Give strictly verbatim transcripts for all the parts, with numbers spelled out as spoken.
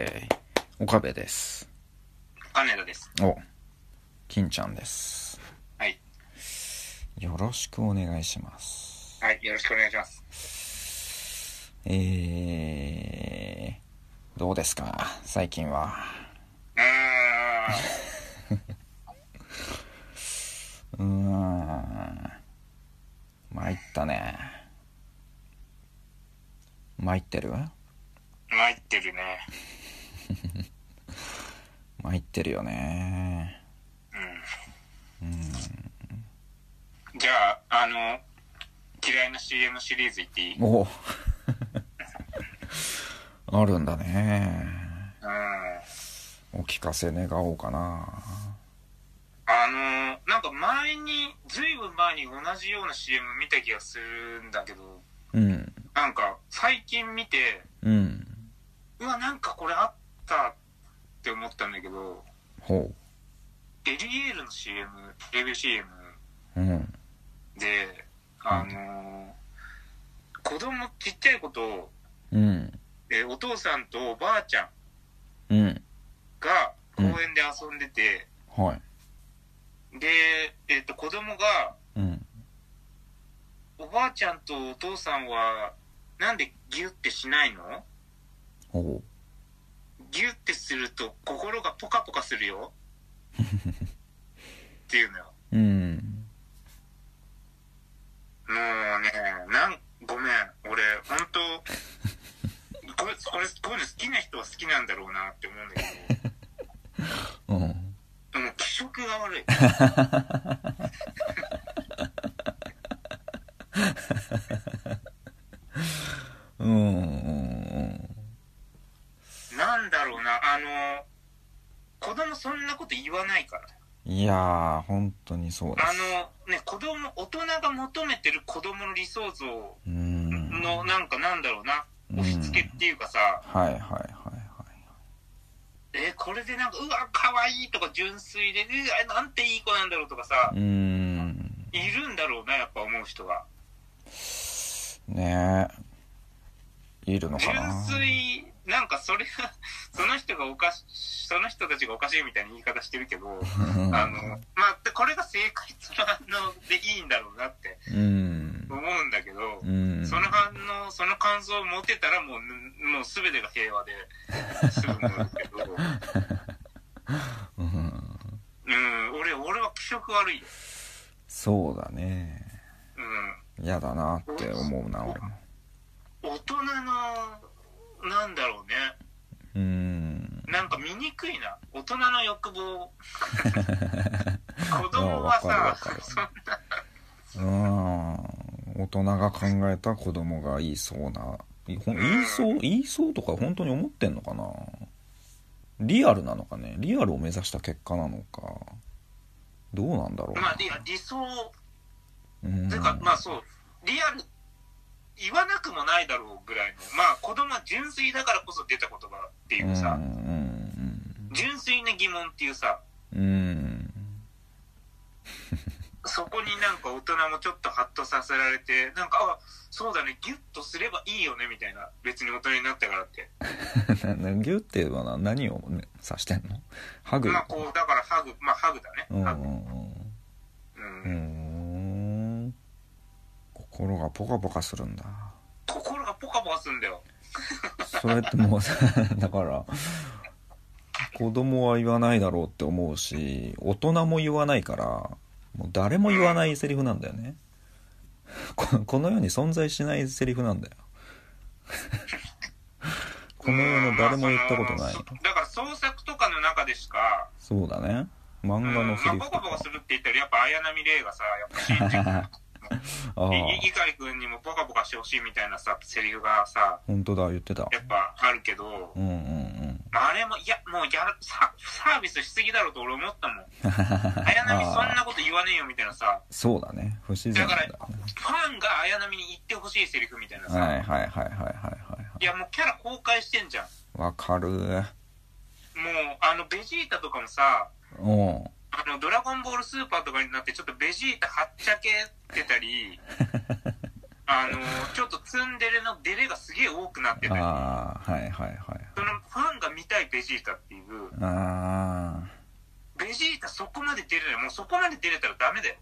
えー、岡部です。 金田です。 お、金ちゃんです。 はい。 よろしくお願いします。 はい、よろしくお願いします。 えー、どうですか、最近は。 うーん。 うーん。参ったね。参ってる？ 参ってるね。 参ってるよね。 うん。 うん。 じゃあ、あの、嫌いな シーエム シリーズ言っていい？ おあるんだね。 うん。 お聞かせ願おうかな。 あの、なんか前に、ずいぶん前に同じような シーエム 見た気がするんだけど、 うん。 なんか最近見て、 うん。 うわ、なんかこれあったって思ったんだけど、 ほエリエールの シーエム、レビュー シーエムう。うん。 で、あの、子供ちっちゃい子と、 うん。 えお父さんとおばあちゃんうん。 が公園で遊んでて、 うん、はい。 で、えっと、子供が、 うん。 おばあちゃんとお父さんは、なんでギュってしないの？ ほう。 ギュってすると心がポカポカするよっていうのよ。 うん。 もうね、なん、ごめん、俺、ほんと、これ、これ、こういうの好きな人は好きなんだろうなって思うんだけど、 うん。 もう気色が悪い。 うん。 なんだろうな、あの、子供そんなこと言わないから。 いやー、本当にそうです。 あのね、子供、大人が求めてる子供の理想像のなんかなんだろうな、押し付けっていうかさ、 はいはいはいはい。 えこれでなんかうわ可愛いとか純粋で、うわなんていい子なんだろうとかさ、 うーん、 いるんだろうな、やっぱ思う人が。 ねえ、いるのかな。 純粋なんかそれがその人がおかしその人たちがおかしいみたいな言い方してるけど、あのまあこれが正解その反応でいいんだろうなって思うんだけど、うん、その反応その感想を持てたらもうもう全てが平和でするんだけど、うん、俺俺は気色悪いよ。 そうだね。うん。嫌だなって思うな俺も。 大人のなんだろうね。 うーん。 なんか醜いな。大人の欲望。子供はさ、 そんな。うん。大人が考えた子供が言いそうな。言いそう言いそうとか本当に思ってんのかな。リアルなのかね。リアルを目指した結果なのか。どうなんだろうな。 まあ理、理想。うん。てかまあそうリアル。言わなくもないだろうぐらいの、まあ子供は純粋だからこそ出た言葉っていうさ、うんうんうん、純粋な疑問っていうさ、うん、そこになんか大人もちょっとハッとさせられて、なんかあそうだねギュッとすればいいよねみたいな、別に大人になったからってギュッていうのは何を、ね、指してんの？ハグ？ まあこうだからハグ、まあハグだね、 うんハグ、 うん、うん、心がポカポカするんだ。 心がポカポカするんだよそれってもうだから子供は言わないだろうって思うし、大人も言わないから、もう誰も言わないセリフなんだよね。こ, この世に存在しないセリフなんだよこの世の誰も言ったことない、 まあ、だから創作とかの中でしか。 そうだね、漫画のセリフとか、うん、まあ、 ポカポカするって言ったらやっぱ綾波レイがさ、やっぱ信じる碇君にもポカポカしてほしいみたいなさセリフがさ、 本当だ言ってた、 やっぱあるけど、うんうんうん、あれもいやもうやる サ, サービスしすぎだろうと俺思ったもん綾波そんなこと言わねえよみたいなさ。 そうだね、不自然だ、ね、 だからファンが綾波に言ってほしいセリフみたいなさ、 はいはいはいはいはいはいいやもうキャラ公開してんじゃん。 わかる。もうあのベジータとかもさ、 うんあのドラゴンボールスーパーとかになってちょっとベジータはっちゃけてたりあのちょっとツンデレのデレがすげえ多くなってたり、 あ、はいはいはい、 そのファンが認見たいベジータっていう。 あベジータそこまで出れない。もうそこまで出れたらダメだ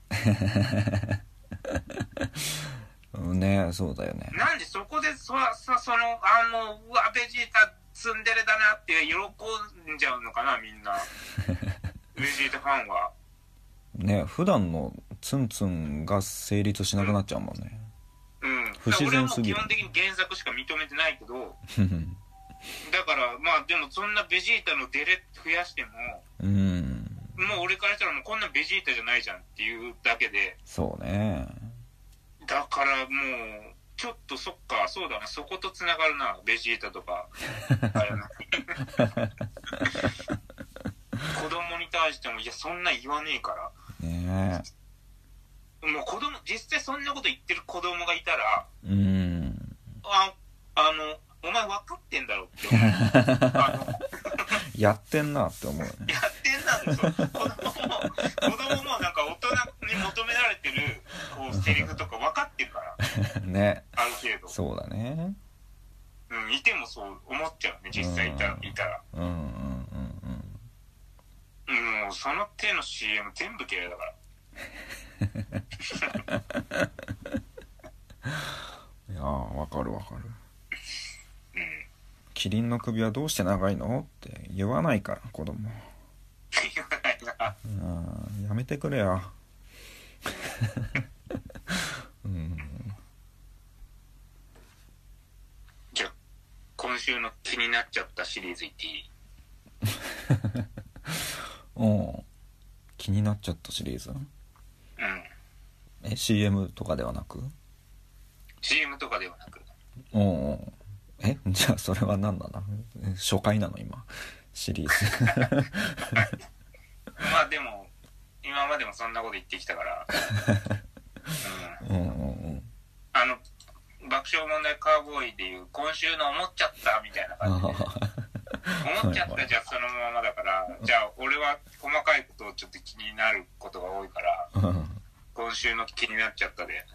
よ。 ね、そうだよね。 なんでそこでそそそのあもううわベジータツンデレだなって喜んじゃうのかなみんな。ベジータファンは。 ね、普段のツンツンが成立しなくなっちゃうもんね。 うん。 不自然すぎる。 俺はもう基本的に原作しか認めてないけど。だからまあでもそんなベジータのデレ増やしても、 うん、 もう俺からしたらもうこんなベジータじゃないじゃんっていうだけで。 そうね。 だからもうちょっとそっかそうだなそことつながるなベジータとかあれな子供に対してもいやそんな言わねえからねえもう子供実際そんなこと言ってる子供がいたらうんああのお前分かってんだろって思うあのやってんなって思うね。 やってんなそう子供も子供もなんか大人に求められてるこうセリフとか分かってるからねある程度そうだねうんいてもそう思っちゃうね実際いた,、うん、いたらうんうんうんうんもうその手の シーエム 全部嫌いだからいやーわかるわかる。 うんキリンの首はどうして長いのって言わないから子供。 言わないな。 うんやめてくれよ。うん、 じゃあ今週の気になっちゃったシリーズいっていい？ おう気になっちゃったシリーズ？ うんえ シーエム とかではなく？ シーエム とかではなくおうおうえじゃあそれは何だな初回なの今シリーズまあでも今までもそんなこと言ってきたから、うん、うんうんうんあの爆笑問題カーボーイでいう今週の思っちゃったみたいな感じで思っちゃったじゃそのままだからじゃあ俺は細かいことをちょっと気になることが多いから今週の気になっちゃったで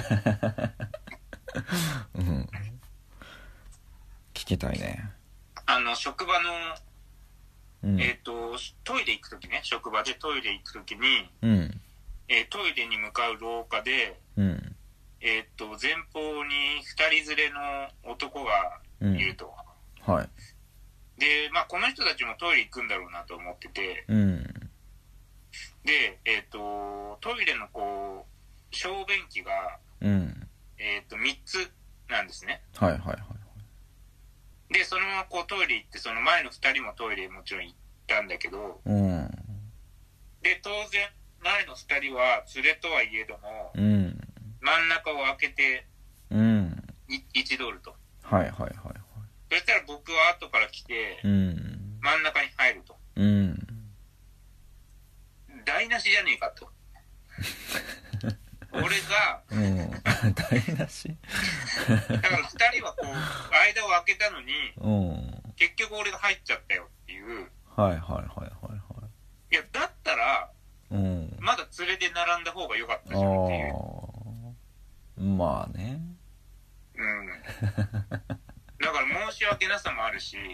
うん聞きたいね。 あの職場の、 うん、 えっ、ー、とトイレ行くときね職場でトイレ行くときに、 うんえー、トイレに向かう廊下で、 うんえっ、ー、と前方にふたり連れの男がいると、 うん、はいでまあこの人たちもトイレ行くんだろうなと思ってて、 うん、 でえっ、ー、とトイレのこう小便器が、 うん、 えっ、ー、とみっつなんですね。 はいはいはいでそのままこうトイレ行ってその前のふたりもトイレもちろん行ったんだけど、 うん、 で当然前のふたりは連れとはいえども、 うん、 真ん中を開けて、 うん、 位置取ると。 はいはいはいはい。 そしたら僕は後から来て、 うん、 真ん中に入ると。 うん、 台無しじゃねえかと。俺が、 うん、台無しだからふたりはこう間を開けたのに、 うん、 結局俺が入っちゃったよっていう。 はいはいはいはいはい。 いやだったら、 うん、 まだ連れで並んだ方が良かったじゃんっていう。 あまあね。 うん。だから申し訳なさもあるし。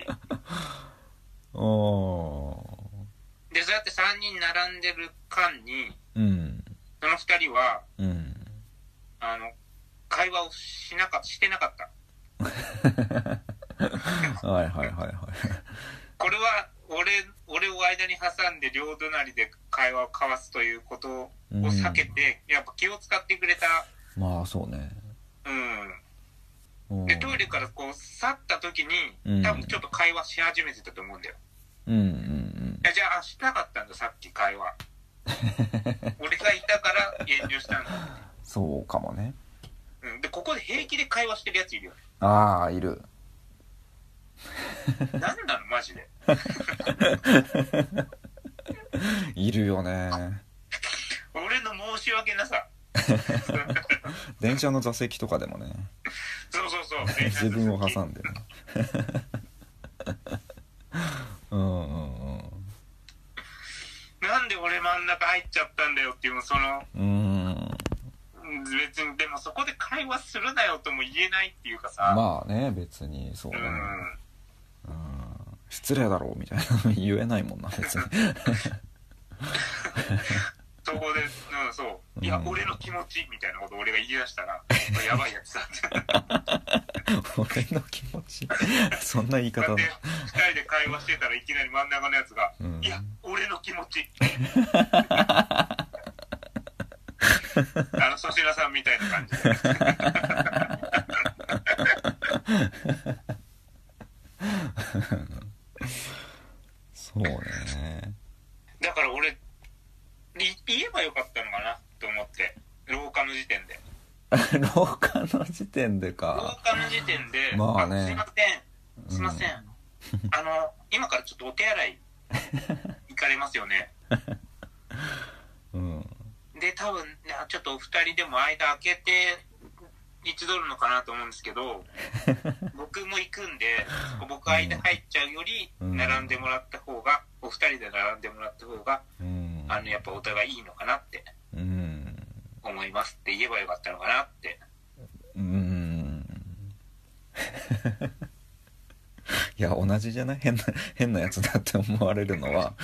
おでそうやってさんにん並んでる間に、 うん、 そのふたりは、 うん、 あの会話をしなかしてなかった。 はいはいはいはい。 これは俺俺を間に挟んで両隣で会話を交わすということを避けて、うん、やっぱ気を使ってくれた。まあそうね。 うん。でトイレからこう去った時に多分ちょっと会話し始めてたと思うんだよ。 うんうんうん。 じゃあしなかったんださっき会話。俺がいたから遠慮したんだ。 そうかもね。 うん。でここで平気で会話してるやついるよね。 ああいる。 何なのマジで。 いるよね。 俺の申し訳なさ。 電車の座席とかでもね。 そうそうそう。 自分を挟んでね。 うんうんうん。 なんで俺真ん中入っちゃったんだよっていうその。 うん。 別にでもそこで会話するなよとも言えないっていうかさ。 まあね別にそうね。うん。うん失礼だろうみたいなの言えないもんな別にそこで、うん、そう、いや、うん、俺の気持ちみたいなことを俺が言い出したらやばいやつだって俺の気持ちそんな言い方だってふたりで会話してたらいきなり真ん中のやつが、うん、いや俺の気持ちあの粗品さんみたいな感じでそうね。 だから俺言えばよかったのかなと思って、廊下の時点で廊下の時点でか廊下の時点で、 まあね、 あ、すいませんすいません、うん、あの今からちょっとお手洗い行かれますよねうんで多分ちょっとお二人でも間開けて一度るのかなと思うんですけど僕も行くんで僕間入っちゃうより並んでもらった方が、うん、お二人で並んでもらった方が、うん、あのやっぱお互いいいのかなって思いますって言えばよかったのかなって。 うんいや同じじゃない、変な変なやつだって思われるのは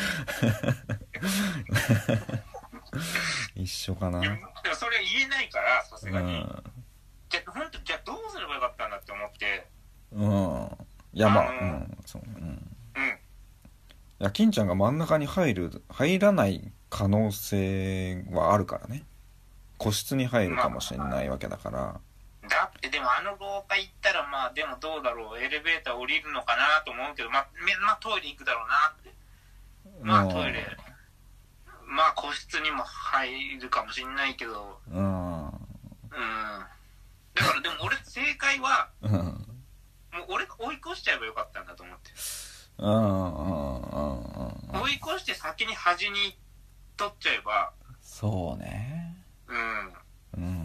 一緒かな。 でもそれ言えないからさすがに、うん、じゃあ本当じゃあどうすればよかったんだって思って。 うんいやまあ、あのー、うんそううんうんいや金ちゃんが真ん中に入る入らない可能性はあるからね。個室に入るかもしれないわけだから、まあ、だってでもあの廊下行ったらまあでもどうだろう、エレベーター降りるのかなと思うけど、まあ、まあ、トイレ行くだろうなって、まあトイレまあ個室にも入るかもしれないけど、うん、うん、だからでも俺正解は、うん、もう俺が追い越しちゃえばよかったんだと思って、うんうんうん、追い越して先に端に取っちゃえば。 そうね、 うん、うん、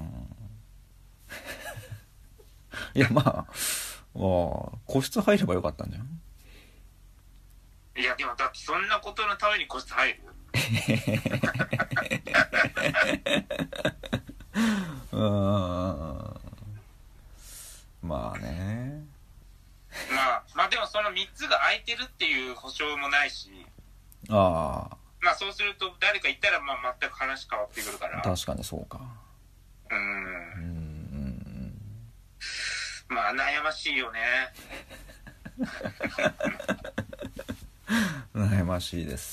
いやまあ個室入ればよかったんじゃん。 いやでもだってそんなことのために個室入るうーんまあねまあまあでもそのみっつが空いてるっていう保証もないし、 ああまあそうすると誰かいたらまあ全く話変わってくるから。 確かにそうか。 うんうんうんまあ悩ましいよね悩ましいです。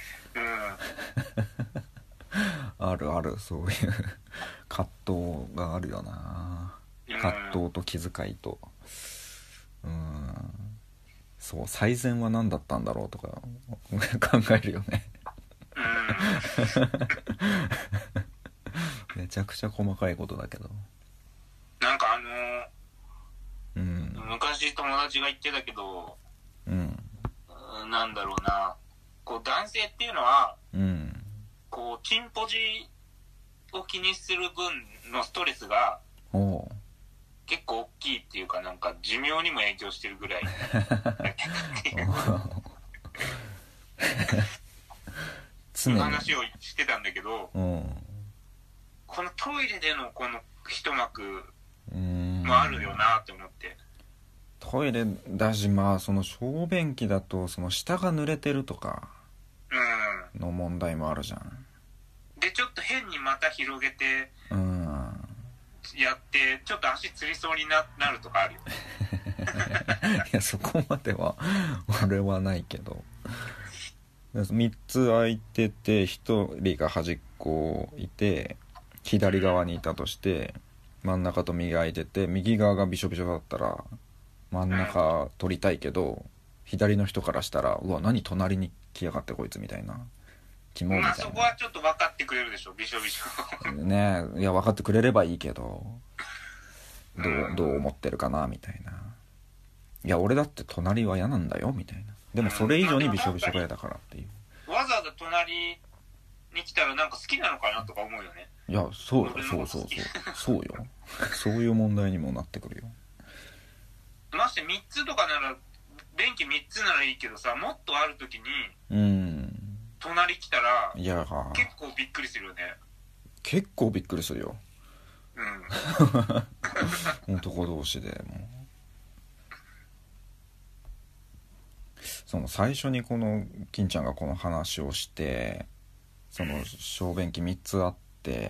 うんあるあるそういう葛藤があるよな。葛藤と気遣いと、うん、そう最善は何だったんだろうとか考えるよねめちゃくちゃ細かいことだけど、 なんかあのーうん、 昔友達が言ってたけど、 うん、 なんだろうな、こう男性っていうのは、 うん、 こうチンポジを気にする分のストレスが結構大きいっていうか、なんか寿命にも影響してるぐらい常に話をしてたんだけど、うん、このトイレでのこの一幕もあるよなって思って。 トイレだし、まあその小便器だとその下が濡れてるとかの問題もあるじゃん、うん、 でちょっと変に股広げてやってちょっと足つりそうに な, なるとかあるよいやそこまでは俺はないけど、みっつ空いててひとりが端っこいて左側にいたとして真ん中と右空いてて右側がびしょびしょだったら真ん中取りたいけど左の人からしたらうわ何隣に来やがってこいつみたいなキモみたいな、まあ、 そこはちょっと分かってくれるでしょびしょびしょねえいや分かってくれればいいけどどう、どう思ってるかなみたいな。いや俺だって隣は嫌なんだよみたいな。でもそれ以上にびしょびしょが嫌だからっていう、 わざわざ隣に来たらなんか好きなのかなとか思うよね。 いやそうよそうそうそうそうよそういう問題にもなってくるよ。 ましてみっつとかなら便器みっつならいいけどさ、もっとある時にうん隣来たらいや結構びっくりするよね。 結構びっくりするようん男同士でもその最初にこの金ちゃんがこの話をして、その小便器みっつあって、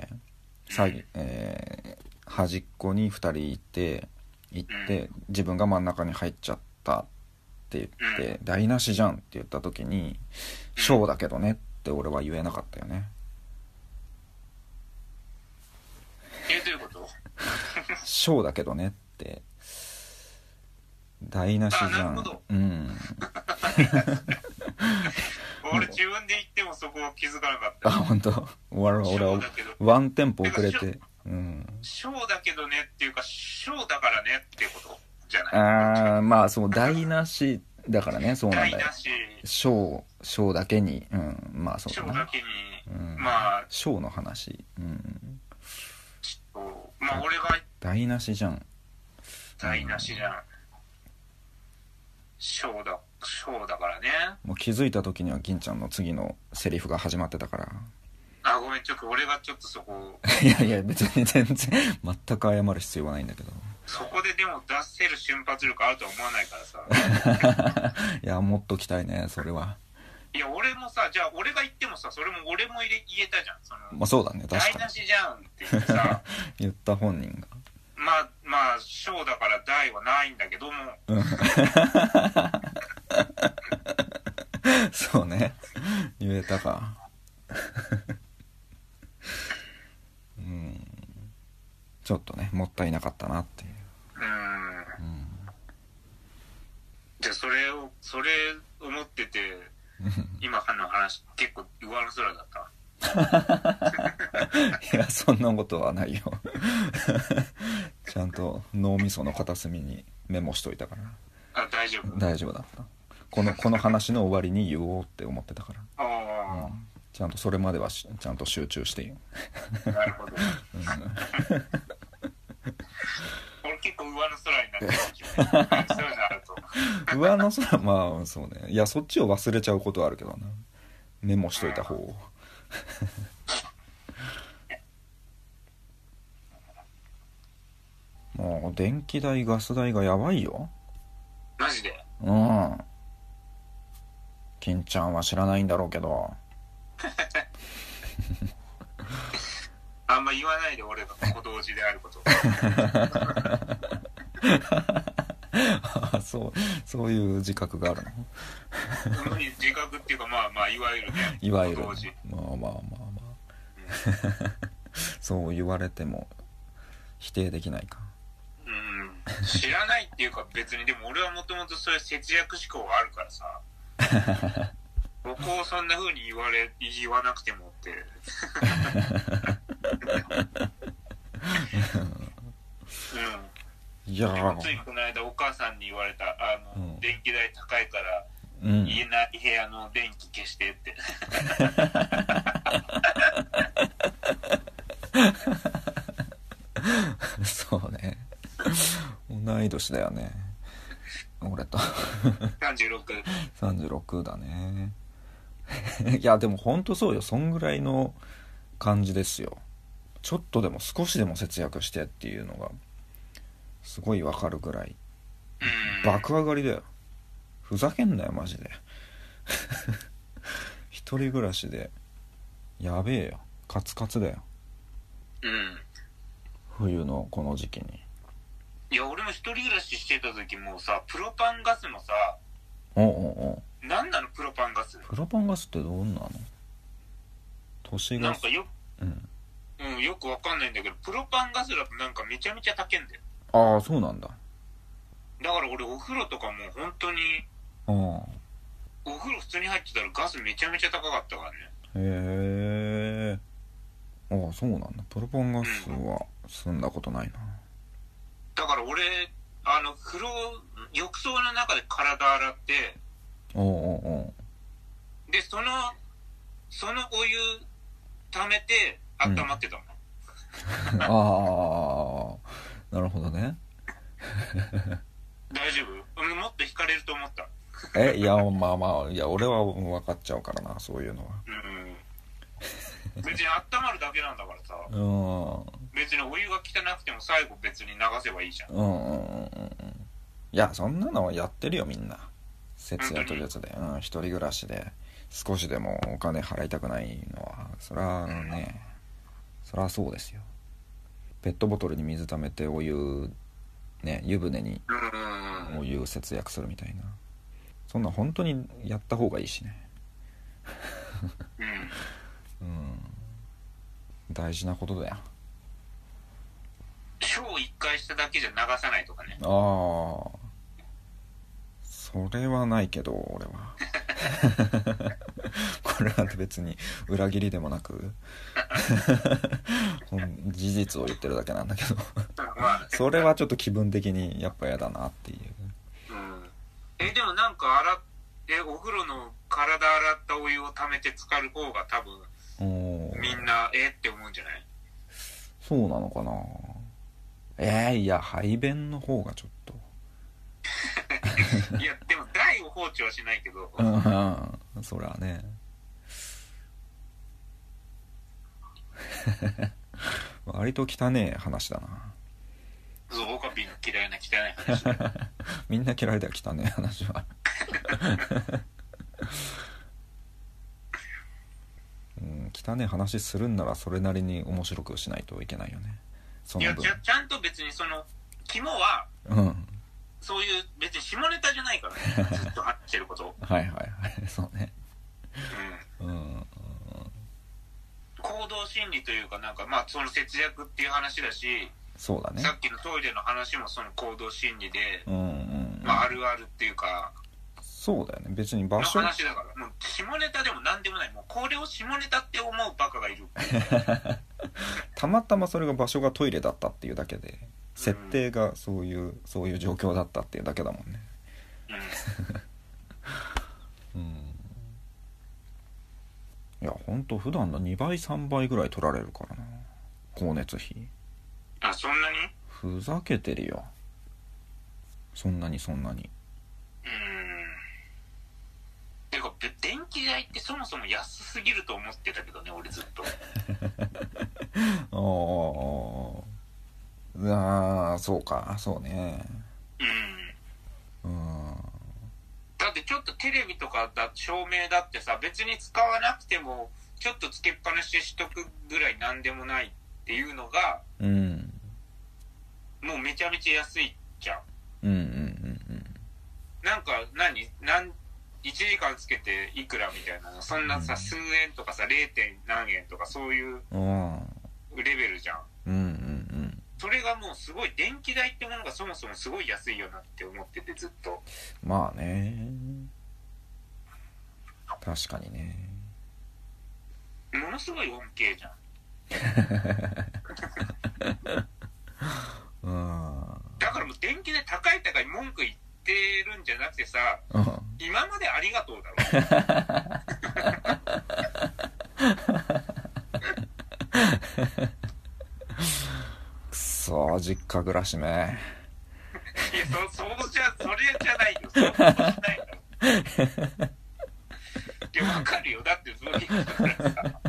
最、えー、端っこにふたりいて行って自分が真ん中に入っちゃったって言って台無しじゃんって言った時に小だけどねって俺は言えなかったよね。 え、どういうこと小だけどねって台無しじゃん。 あ、なるほど。 うん俺自分で言ってもそこは気づかなかった。 あ、本当。俺は俺はワンテンポ遅れて、うん。 小だけどねっていうか小だからねってことじゃない。 ああ、まあそう台無しだからね、そうなんだよ。 台無し。 小小だけに、うん、まあそうだね。 小だけに、 うん、 まあ小の話、うん。 ちょっとまあ俺が台無しじゃん。 台無しじゃん。小だ小だからね。 もう気づいた時には銀ちゃんの次のセリフが始まってたから。 あ、ごめん、ちょっと俺がちょっとそこいやいや別に全然全く謝る必要はないんだけど。 そこででも出せる瞬発力あるとは思わないからさ。 いやもっと期待ねそれは。 いや俺もさ、じゃあ俺が言ってもさ、それも俺も入れ言えたじゃん。そのまあそうだね、確かに台無しじゃんって言ってさ言った本人がまあまあ小だから大はないんだけども、うん、 そうね言えたかうんちょっとねもったいなかったなっていう。 うん、うん、じゃあそれをそれ思ってて今の話結構上の空だったいやそんなことはないよちゃんと脳みその片隅にメモしといたから。 あ、大丈夫大丈夫だった。このこの話の終わりに言おうって思ってたから。 あ、うん、 ちゃんとそれまではちゃんと集中してよなるほど、うん、俺結構上の空になってるそういうのあると上の空、まあそうね。いやそっちを忘れちゃうことはあるけどな、メモしといた方をもう電気代ガス代がやばいよマジで。 うん。金ちゃんは知らないんだろうけどあんま言わないで俺が小同時であることあ、そうそういう自覚があるの自覚っていうかまあまあいわゆるね、 いわゆる小同時、 まあまあまあまあ、うん、そう言われても否定できないか。 うん、知らないっていうか別にでも俺はもともとそういう節約志向があるからさ僕をそんな風に言われ言わなくてもってうん、いやついこの間お母さんに言われた、あの、うん、電気代高いから、うん、言えない部屋の電気消してってそうね同い年だよね俺とさんじゅうろくさんじゅうろくだねいやでもほんとそうよ、そんぐらいの感じですよ。ちょっとでも少しでも節約してっていうのがすごいわかるぐらい爆上がりだよ。ふざけんなよマジで一人暮らしでやべえよ、カツカツだよ、 うん、 冬のこの時期に。 いや俺も一人暮らししてた時もさ、プロパンガスもさ、 おうおうおう何なのプロパンガス。 プロパンガスってどんなの？都市ガス。 なんかよ、うんうん、よくわかんないんだけど、プロパンガスだとなんかめちゃめちゃ高いんだよ。 ああそうなんだ。 だから俺お風呂とかも本当に、 ああお風呂普通に入ってたらガスめちゃめちゃ高かったからね。 へえ。ああそうなんだ。プロパンガスは住んだことないな、うん、 だから俺あの風呂浴槽の中で体洗って、 おうおうおうでそのそのお湯溜めて温まってたもん、 うん、ああなるほどね大丈夫？もっと惹かれると思った。 え、いやまあまあ、いや俺は分かっちゃうからな、そういうのは。 うん、別に温まるだけなんだからさ、うん、別にお湯が汚くても最後別に流せばいいじゃん。 うんうんうんうん。いやそんなのはやってるよみんな。 節約術で、うん、一人暮らしで少しでもお金払いたくないのはそりゃね、そりゃそうですよ。ペットボトルに水溜めてお湯ね、湯船にお湯を節約するみたいな、そんな本当にやった方がいいしねうん、大事なことだよ。 ショー一回しただけじゃ流さないとかね。 ああ、それはないけど俺はこれは別に裏切りでもなく事実を言ってるだけなんだけどそれはちょっと気分的にやっぱ嫌だなっていう、 うん、えでもなんか洗ってお風呂の体洗ったお湯を溜めて浸かる方が多分みんなえって思うんじゃない？ そうなのかな。えー、いや排便の方がちょっといやでも台を放置はしないけどうん、そりゃね割と汚ねえ話だな。 そう僕はみんな嫌いな汚い話だみんな嫌いだよ汚ねえ話はうん、汚ねえ話するんならそれなりに面白くしないといけないよね。そのいやちゃ、ちゃんと別にその肝は、うん、そういう別に下ネタじゃないからねずっと話してることはいはいはいそうね、うん、うん、 行動心理というかなんかまあその節約っていう話だし、 そうだね、 さっきのトイレの話もその行動心理で、 うんうんうん、 まあ、あるあるっていうかそうだよね。別に場所の話だからもう下ネタでも何でもない、もうこれを下ネタって思うバカがいるたまたまそれが場所がトイレだったっていうだけで、設定がそういう、うん、そういう状況だったっていうだけだもんねうん、うん、いやほんと普段のにばいさんばいぐらい取られるからな光熱費。 あ、そんなに？ ふざけてるよ、そんなにそんなに。 うーん、てか電気代ってそもそも安すぎると思ってたけどね俺ずっとあああそうか、そうね、 うん、うん、だってちょっとテレビとかだ照明だってさ別に使わなくてもちょっとつけっぱなししとくぐらいなんでもないっていうのが、うん、もうめちゃめちゃ安いじゃん。 うんうんうんうん。 なんか何何いちじかんつけていくらみたいなのそんなさ、うん、数円とかさ れい. 点何円とかそういうレベルじゃん。うんうんうん。それがもうすごい電気代ってものがそもそもすごい安いよなって思っててずっと。 まあね。確かにね。 ものすごい恩恵じゃん。うん、だからもう電気代高い高い文句言ってるんじゃなくてさ、うん、今までありがとうだろくそ実家暮らしめ。いやそそうじゃそれじゃないよ、そうしないよいや分かるよ、だってそういうことださ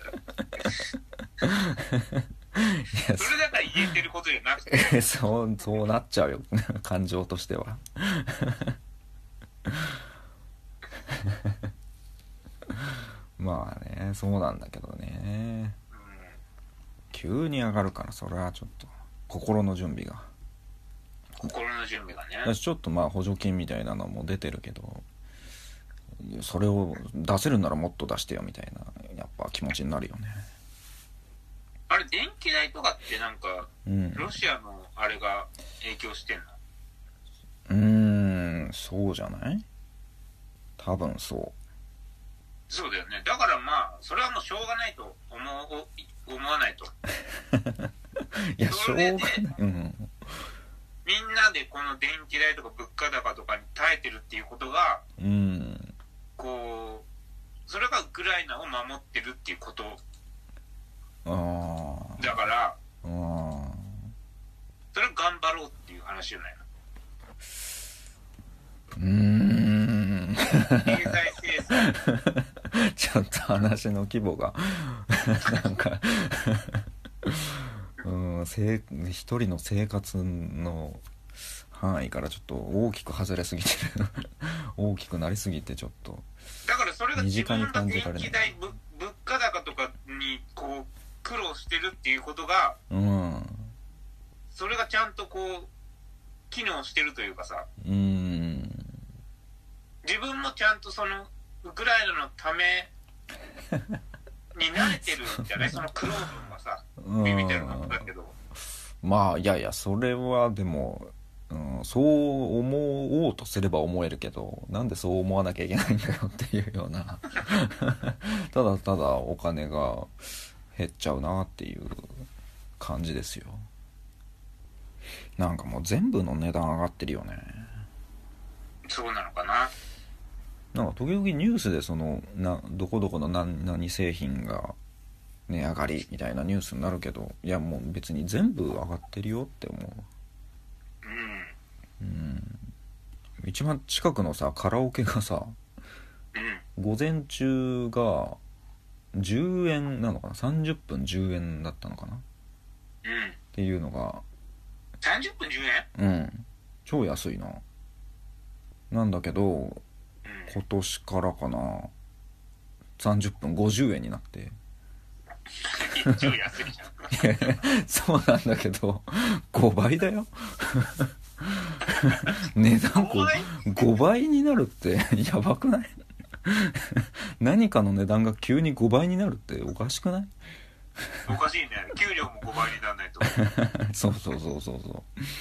それだから言えてることじゃなくてそうそうなっちゃうよ感情としてはまあね、そうなんだけどね、うん、急に上がるからそれはちょっと心の準備が心の準備がね。 私ちょっとまあ補助金みたいなのも出てるけど、それを出せるならもっと出してよみたいなやっぱ気持ちになるよね。 あれ電気代とかってなんか、うん、ロシアのあれが影響してんの？ うーん、そうじゃない？多分そう。 そうだよね。だからまあそれはもうしょうがないと思う思わないと。 いやしょうがない。うん。 みんなでこの電気代とか物価高とかに耐えてるっていうことが、うん、こうそれがウクライナを守ってるっていうこと。あだからあそれは頑張ろうっていう話じゃないの。うーん経済制裁ちょっと話の規模がなんかうん、一人の生活の範囲からちょっと大きく外れすぎてる大きくなりすぎてちょっとだからそれが自分が電感じ気代ぶ物価高とかにこう苦労してるっていうことが、 うん、 それがちゃんとこう機能してるというかさ、 うん、 自分もちゃんとそのウクライナのために慣れてるんじゃないその苦労分がさビビってるのだけど、 まあいやいやそれはでも、うん、そう思おうとすれば思えるけどなんでそう思わなきゃいけないんだよっていうようなただただお金が減っちゃうなっていう感じですよ。なんかもう全部の値段上がってるよね。 そうなのかな。 なんか時々ニュースでそのなどこどこの何何製品が値上がりみたいなニュースになるけど、いやもう別に全部上がってるよって思う。うん、うん、一番近くのさカラオケがさ、うん、午前中がじゅうえんなのかな、さんじゅっぷんじゅうえんだったのかな、うん、っていうのがさんじゅっぷんじゅうえん？ うん超安いな。なんだけど、うん、今年からかなさんじゅっぷんごじゅうえんになって超安いじゃんそうなんだけどごばいだよ値段ごばいになるってやばくない何かの値段が急にごばいになるっておかしくない？ おかしいね。給料もごばいにならないとそうそうそうそうそう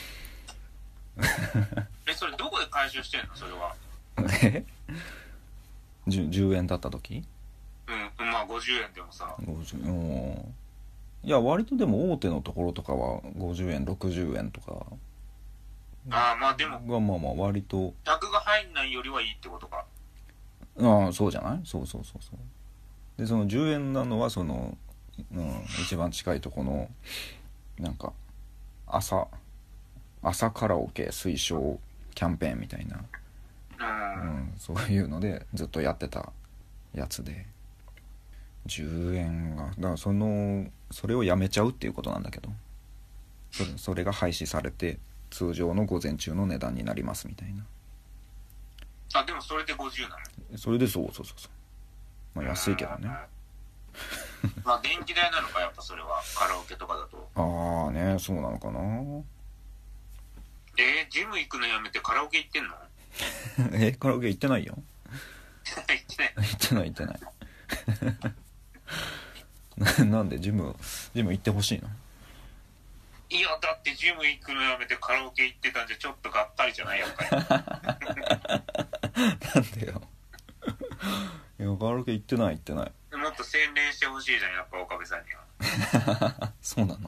え、それどこで回収してんのそれは。 え 10, じゅうえんだった時？ うんまあごじゅうえんでもさごじゅういや割とでも大手のところとかはごじゅうえんろくじゅうえんとかああまあでもがまあまあ割と客が入んないよりはいいってことか。 ああそうじゃない。そうそうそうそうでそのじゅうえんなのはその、うん、一番近いとこのなんか朝朝カラオケ推奨キャンペーンみたいな、うん、そういうのでずっとやってたやつでじゅうえんがだからそのそれをやめちゃうっていうことなんだけど、それ、それが廃止されて通常の午前中の値段になりますみたいな。 あでもそれでごじゅうなの？ それでそうそうそうそう、まあ、安いけどねまあ電気代なのかやっぱそれはカラオケとかだと。 ああねそうなのかな。 えー、ジム行くのやめてカラオケ行ってんの？ えカラオケ行ってないよ行ってない行ってない行ってないな, なんでジムジム行ってほしいの？ いやだってジム行くのやめてカラオケ行ってたんじゃちょっとがっかりじゃないやっぱりなんでよいやカラオケ行ってない行ってない。 もっと洗練してほしいじゃんやっぱ岡部さんにはそうなの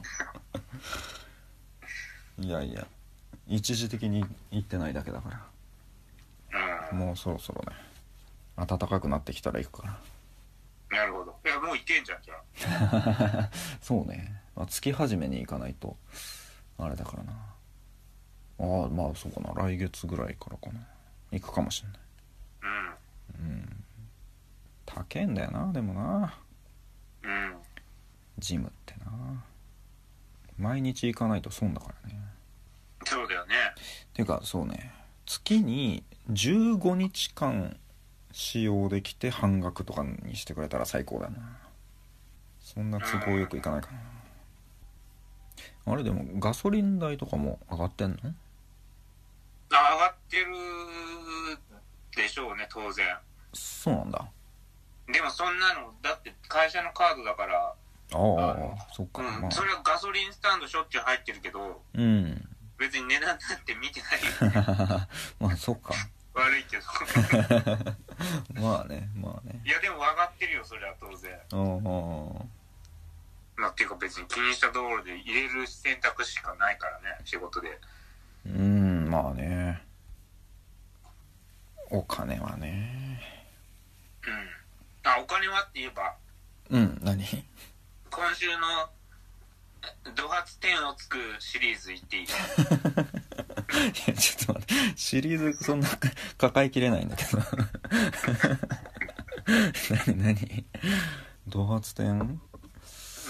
いやいや一時的に行ってないだけだから、うん、もうそろそろね暖かくなってきたら行くかな。なるほど。いやもう行けんじゃんじゃあそうね、まあ、月始めに行かないとあれだからな。ああまあそうかな来月ぐらいからかな行くかもしれない。うんうん高えんだよなでもな、 うん、 ジムってな毎日行かないと損だからね。 そうだよね。 ていうかそうね月にじゅうごにちかん使用できて半額とかにしてくれたら最高だな。そんな都合よくいかないかな、うん、あれでもガソリン代とかも上がってんの？ あ上がってるでしょうね当然。 そうなんだ。 でもそんなのだって会社のカードだから。ああそっか、 うんまあ、 それはガソリンスタンドしょっちゅう入ってるけど、 うん、 別に値段なんて見てないよ、ね、 まあそっか悪いけどまあねまあねいやでも上がってるよそれは当然。 あまあっていうか別に気にしたところで入れる選択しかないからね仕事で。 うんまあねお金はねうんあお金はって言えばうん何今週のド発点をつくシリーズ言っていい？いやちょっと待ってシリーズそんな抱えきれないんだけど何何ド発点まあ大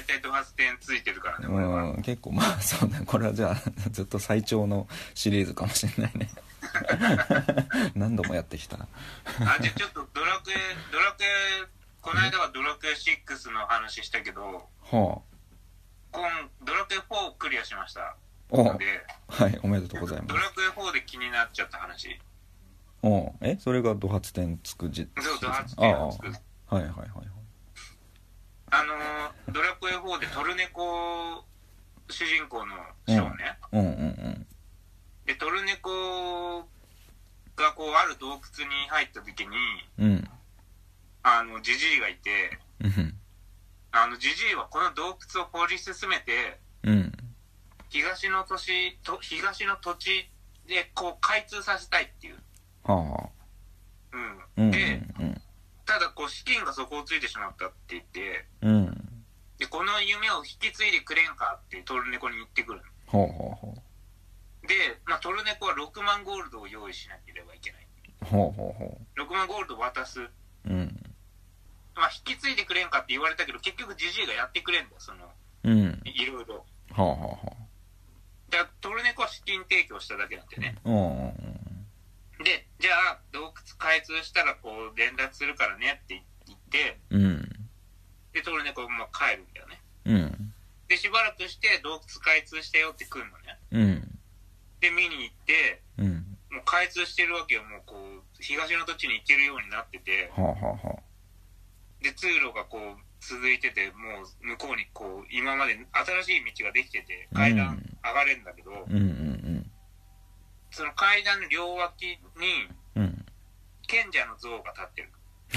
体ド発点ついてるからね、俺は。 うん、結構まあそうね、これはじゃあずっと最長のシリーズかもしれないね何度もやってきたあ、じゃあちょっとドラクエドラクエこの間はドラクエシックスの話したけど、はあ、今ドラクエフォークリアしましたので、 はい、おめでとうございます。 ドラクエフォーで気になっちゃった話。 おえそれがド発点つくじそうド発点つく。 はいはいはいはい。 あのー、ドラクエフォーでトルネコ主人公のショーね、 うん、うんうんうんでトルネコがこうある洞窟に入った時に、 うん、 あのジジイがいて、 うん、 あのジジイはこの洞窟を掘り進めて、 うん、 東の都市と東の土地でこう開通させたいっていう、 はあ、 うん、 で、 うんうんうん、 ただこう資金が底をついてしまったって言って、 うん、 でこの夢を引き継いでくれんかってトルネコに言ってくるの。 ほうほうほうで、まあ、トルネコはろくまんゴールドを用意しなければいけない。 ほうほうほうろくまんゴールドを渡す、 うん、 まあ、引き継いでくれんかって言われたけど結局ジジイがやってくれんだよ、その、 うん、 いろいろ。 はあはあはあ。 だからトルネコは資金提供しただけなんでね。 うん、 で、じゃあ洞窟開通したらこう連絡するからねって言って、 うん、 でトルネコも帰るんだよね。 うん、 でしばらくして洞窟開通したよって来るのね。 うん、 で見に行って、 うん、 もう開通してるわけよ。もうこう東の土地に行けるようになってて、 はあはあはあ、 で通路がこう続いてて、もう向こうにこう今まで新しい道ができてて階段上がれるんだけど、 うんうんうん、 その階段の両脇に、 うん、 賢者の像が立ってる。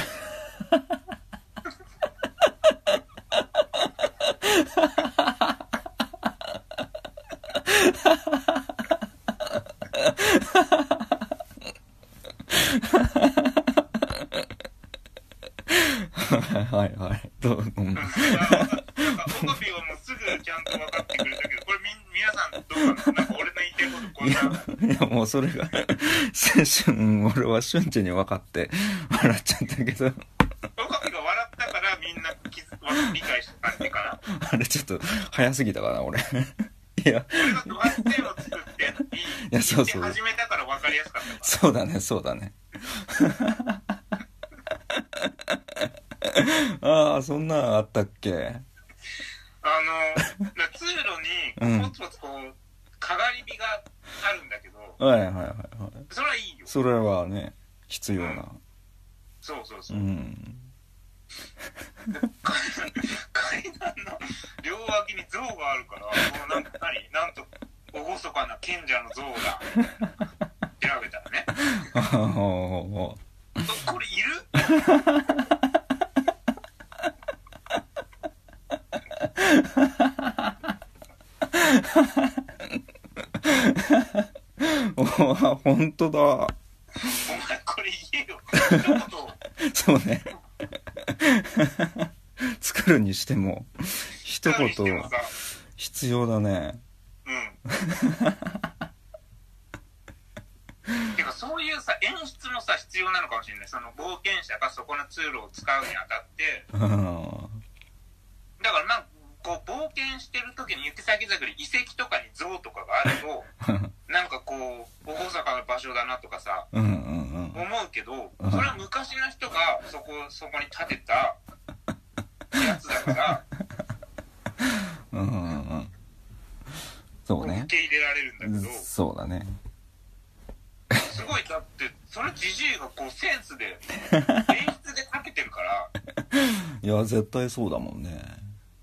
はいはいどう、うん、なんかオカピーはもうすぐちゃんと分かってくれたけど、これみ皆さんどうなの？なんか俺の言いたいことこんな。 いや、いやもうそれがうん、俺は瞬時に分かって笑っちゃったけど、オカピが笑ったからみんな気づ理解した感じかな。 あれちょっと早すぎたかな俺。いや俺がドハツテを作っていやそうそう始めたから分かりやすかったから。 そうだねそうだねああそんなんあったっけ。 あの通路にポツポツこうかがり火があるんだけど、 はいはいはいはい、 それはいいよ。 それはね必要な、うん、 そうそうそう、 うん、 階段の両脇に像があるから、もうなんか何なんと厳かな賢者の像が調べたらねこれいるお本当だ。お前これ言えよそうね作るにしても一言必要だね。 うんてかそういうさ演出もさ必要なのかもしれない。その冒険者がそこの通路を使うにあたってだからなんかこう冒険してる時に行く先々で遺跡とかに像とかがあるとなんかこう厳かな場所だなとかさ、うんうんうん、思うけど、それは昔の人がそこそこに建てたやつだからうんうんうんそうね受け入れられるんだけど、 そうだねすごい。だってそれジジイがこうセンスで演出でかけてるからいや絶対そうだもんね。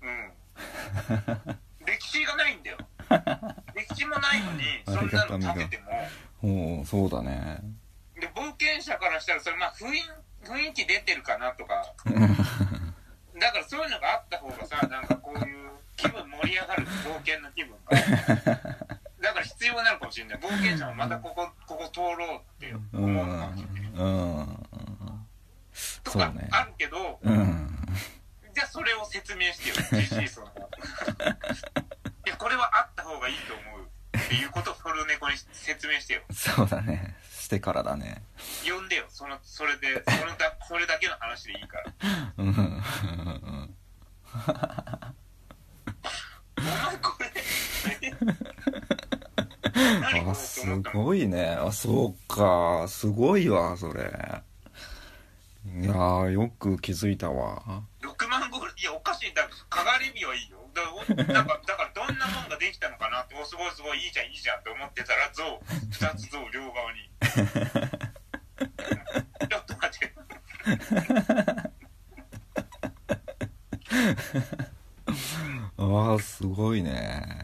歴史がないんだよ歴史もないのにそんなの立ててもおそうだね。 で冒険者からしたらそれまあ雰囲雰囲気出てるかなとかだからそういうのがあった方がさなんかこういう気分盛り上がる冒険の気分がだから必要なのかもしれない。冒険者もまたここここ通ろうって思うのかもしれない、うんうん、とかあるけど、うん、じゃあそれを説明してよジジイそのいやこれはあった方がいいと思うっていうことをトルネコに説明してよ。 そうだねしてからだね。 呼んでよそのそれでそのだそれだけの話でいいからうんすごいね。あ、そうか。すごいわ、それ。いやー、よく気づいたわ。 ろくまんゴール、いや、おかしい。だから、かがり火はいいよ。だから、だからだからどんなもんができたのかなって、お、すごいすごい、いいじゃん、いいじゃんって思ってたら、像、二つ像、両側に。ちょっと待って。 ああ、すごいね。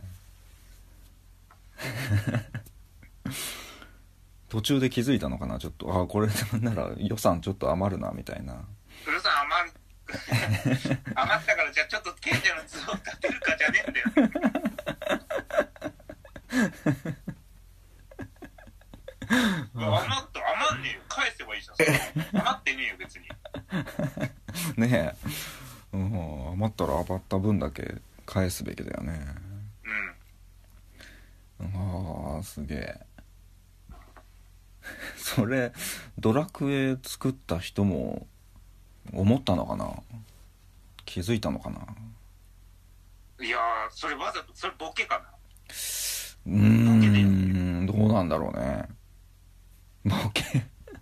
途中で気づいたのかな、ちょっと。ああ、これなら予算ちょっと余るなみたいな。 予算余る余ったから、じゃあちょっと賢者の図を立てるかじゃねえんだよ。余った余んねえよ、返せばいいじゃん。余ってねえよ別に。 ねえ、うん、余ったら余った分だけ返すべきだよね。 うん。 ああ、すげえ。それドラクエ作った人も思ったのかな、気づいたのかな。 いやー、それわざと、それボケかな。 うーん、どうなんだろうね。ボケ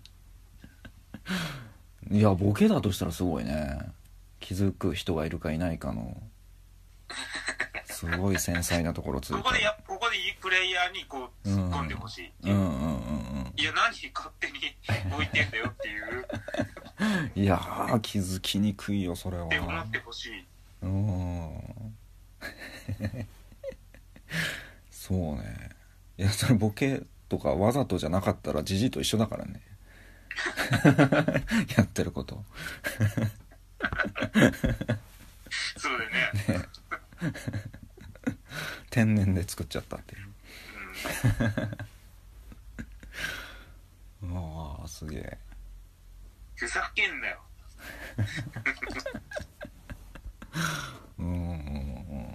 いや、ボケだとしたらすごいね。気づく人がいるかいないかのすごい繊細なところついて、 ここでやここでプレイヤーにこう突っ込んでほしいっていう、 うんうんうんうん、 いや何勝手に置いてんだよっていういやー、気づきにくいよそれはって思ってほしい。 うん。そうね。いや、それボケとかわざとじゃなかったらジジイと一緒だからね。やってることそうだよね。ね天然で作っちゃったっていう、うん、ああ、すげえ。 ふざけんなよ。 うんうんうん、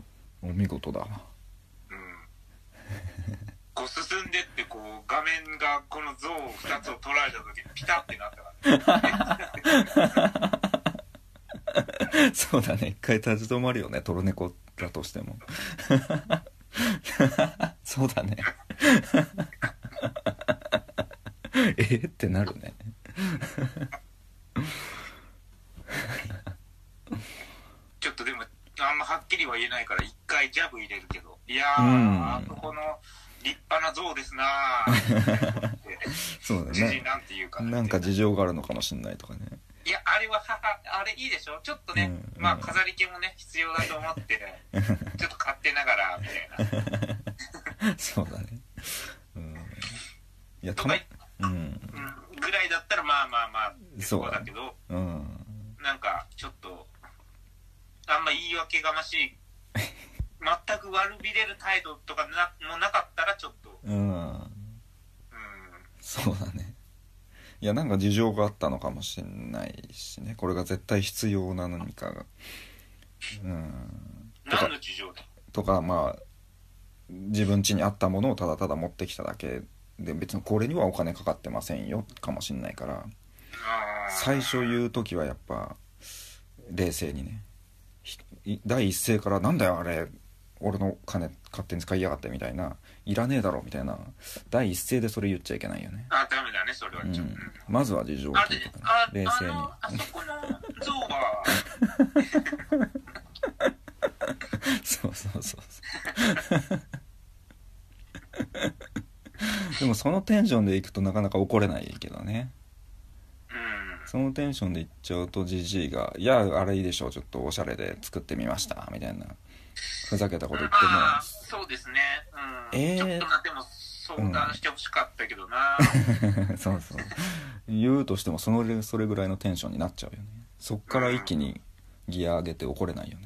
お見事だ。 うん。こう進んでってこう画面がこの像をふたつを捉えた時にピタってなったからね。 そうだね、一回立ち止まるよね、トルネコだとしても。そうだね。えーってなるね。 ちょっとでもあんまはっきりは言えないから一回ジャブ入れるけど、いやー、 うん、 あそこの立派な像ですなそうだね。 なんていうかなんか事情があるのかもしれないとかね。 いや、あれはあれいいでしょ、ちょっとね、うん、まあ飾り気もね必要だと思ってちょっと勝手ながらみたいな。 そうだね、うん、いや、たま、うん、うん、 ぐらいだったらまあまあまあそうだけど、 うん、 なんかちょっとあんま言い訳がましい全く悪びれる態度とかなもなかったらちょっと、うん、うん、 そうだね。いや、なんか事情があったのかもしれないしね、これが絶対必要な何かが、うん、 何の事情だとか、まあ自分家にあったものをただただ持ってきただけで、別にこれにはお金かかってませんよかもしれないから、最初言う時はやっぱ冷静にね、第一声からなんだよあれ俺の金勝手に使いやがってみたいな、いらねえだろみたいな、第一声でそれ言っちゃいけないよね。 あ、ダメだね、それはちょっと、うん、 まずは事情を聞いてから、ね、冷静に。 ああそこの像はそうそうそうそうでもそのテンションでいくとなかなか怒れないけどね、 うん、 そのテンションでいっちゃうとジジイがいやあれいいでしょちょっとおしゃれで作ってみましたみたいなふざけたこと言っても、 あそうですね、うん、えー、ちょっとなでも相談してほしかったけどな、 うん、そうそう言うとしてもそのそれぐらいのテンションになっちゃうよね。そっから一気にギア上げて怒れないよね。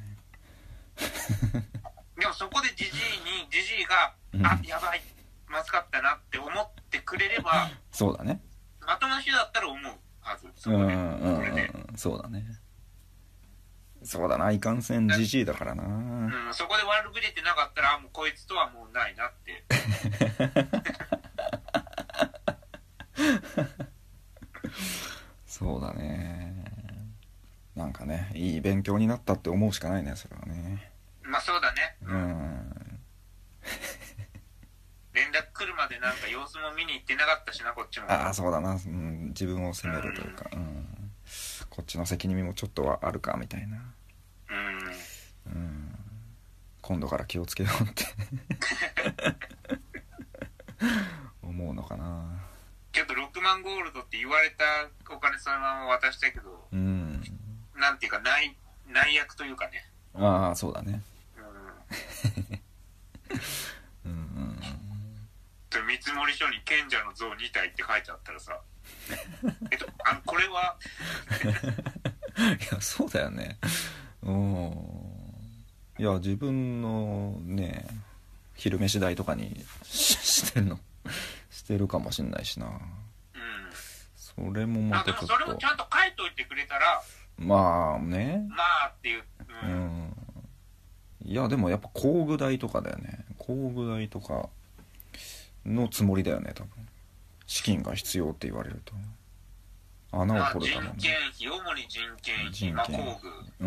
でもそこでジジイにジジイが、うん、あやばいまずかったなって思ってくれればそうだね、 まともな人だったら思うはず。そこで、 うんうんうん、そうだね、そうだな、いかんせんジジイだからな、うん、 そこで悪ぶれてなかったらもうこいつとはもうないなってそうだね、なんかね、いい勉強になったって思うしかないね、それはね。 まあそうだね、 うん連絡来るまでなんか様子も見に行ってなかったしな、こっちも。 ああそうだな、うん、自分を責めるというか、うん、こっちの責任もちょっとはあるかみたいな、 うん、 うん、今度から気をつけようって思うのかな。 ちょっとろくまんゴールドって言われたお金そのまま渡したけど、 うん、 なんていうか内内役というかね。 ああそうだね。 うん。うんうん。見積書に賢者の像に体って書いてあったらさ、えっとあこれはいやそうだよね。うん。いや自分のね昼飯代とかに し, してるのしてるかもしんないしな。うん。それもまたちょっと。 あでもそれをちゃんと書いといてくれたら。 まあね。 まあっていう。うん。うん、 いやでもやっぱ工具代とかだよね。工具代とかのつもりだよね多分。資金が必要って言われると。穴を掘るために。 人件費、主に人件費、まあ工具。 うん。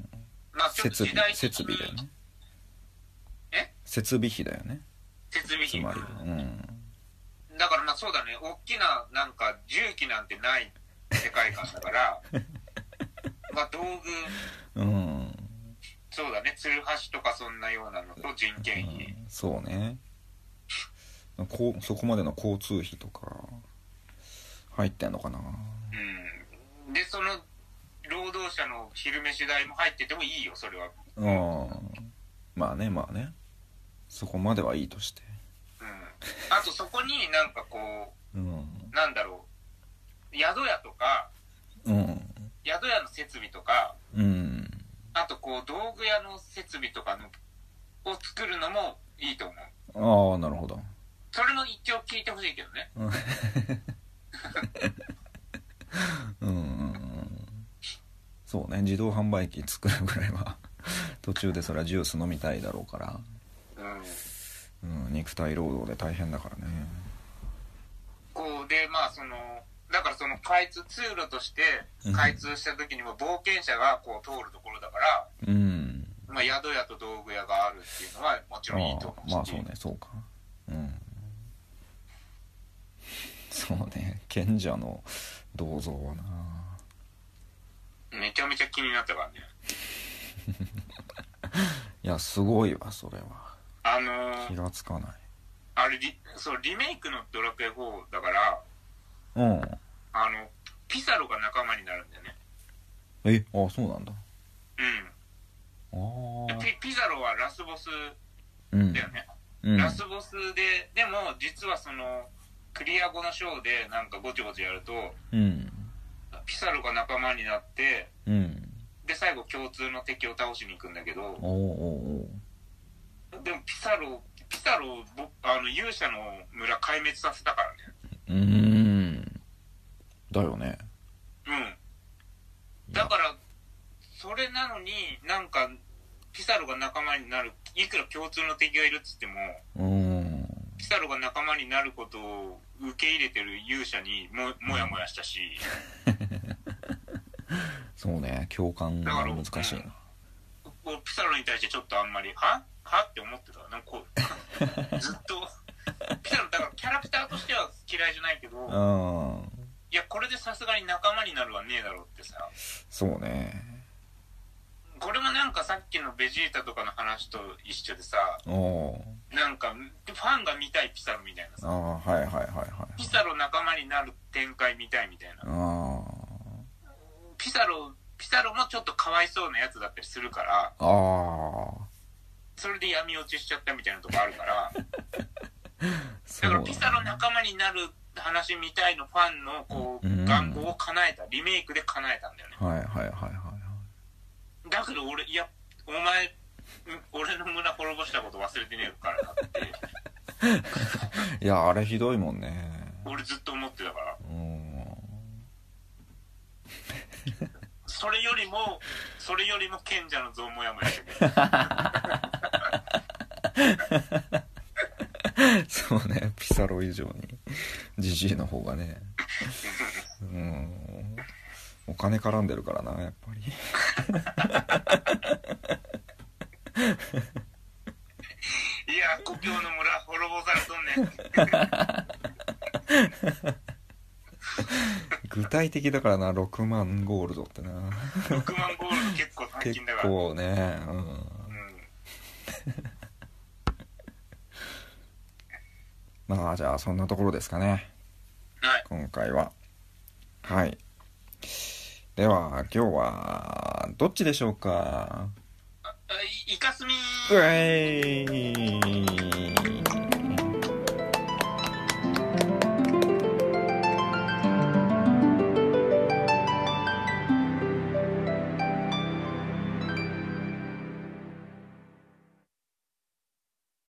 まあちょっと時代的に設備だよね。 え？ 設備費だよね。 設備費。 つまりは。うん。 だからまあそうだね。大きななんか重機なんてない世界観だから。まあ道具。うん。そうだね、ツルハシとかそんなようなのと人件費、うん、 そうね。こうそこまでの交通費とか入ってんのかな。 うん。でその労働者の昼飯代も入っててもいいよそれは。 ああ、まあねまあね。そこまではいいとして。 うん。あとそこになんかこう、うん、なんだろう、宿屋とか、うん、宿屋の設備とか。うん。あとこう道具屋の設備とかのを作るのもいいと思う。 ああなるほど。 それも一応聞いてほしいけどね。 うんうんうん。そうね、自動販売機作るぐらいは途中でそれはジュース飲みたいだろうから、うん、うん、肉体労働で大変だからね。 こうでまあそのだからその開通通路として開通した時にも冒険者がこう通るところだから、うん、まあ宿屋と道具屋があるっていうのはもちろんいいと思うし。 まあそうねそうか。うん。そうね、賢者の銅像はなめちゃめちゃ気になったからね。 いやすごいわそれは。 あのー、 気がつかない。 あれリそうリメイクのドラクエフォーだから。 うん。 あのピサロが仲間になるんだよね。 え、あ、そうなんだ。 うん。あピ, ピザロはラスボスだよね。うん、ラスボスででも実はそのクリア後のショーでなんかごちごちやると、うん、ピサロが仲間になって、うん、で最後共通の敵を倒しに行くんだけど、おうおうおうでもピサロピサロあの勇者の村壊滅させたからね。 うーんだよね。 うん。だからそれなのになんかピサロが仲間になる、いくら共通の敵がいるっつっても、うん、ピサロが仲間になることを受け入れてる勇者にももやもやしたし。 そうね、共感が難しいな。 うん、ピサロに対してちょっとあんまりははって思ってた。なんかこうずっとピサロだからキャラクターとしては嫌いじゃないけど、うん、いやこれでさすがに仲間になるはねえだろうってさ。 そうね。 これもなんかさっきのベジータとかの話と一緒でさ、なんかファンが見たいピサロみたいなさ、あ、 はいはいはいはい、 ピサロ仲間になる展開見たいみたいな。あ、ピサロピサロもちょっとかわいそうなやつだったりするから、あ、それで闇落ちしちゃったみたいなとこあるからだからピサロ仲間になる話みたいのファンのこう、うん、願望を叶えた、リメイクで叶えたんだよね。 はいはいはいはい。 だけど俺、いやお前俺の村滅ぼしたこと忘れてねえからなっていやあれひどいもんね。 俺ずっと思ってたから。うん。それよりもそれよりも賢者の像もやもやしてるそうね、ピサロ以上にジジイの方がねうん、お金絡んでるからなやっぱりいや故郷の村滅ぼされとんねん具体的だからな、ろくまんゴールドってな。 ろくまんゴールド結構大金だから。 結構ね、うん。うん、まあじゃあそんなところですかね。 はい。 今回は。はい。では今日はどっちでしょうか。 あ、イカスミー。うえーい。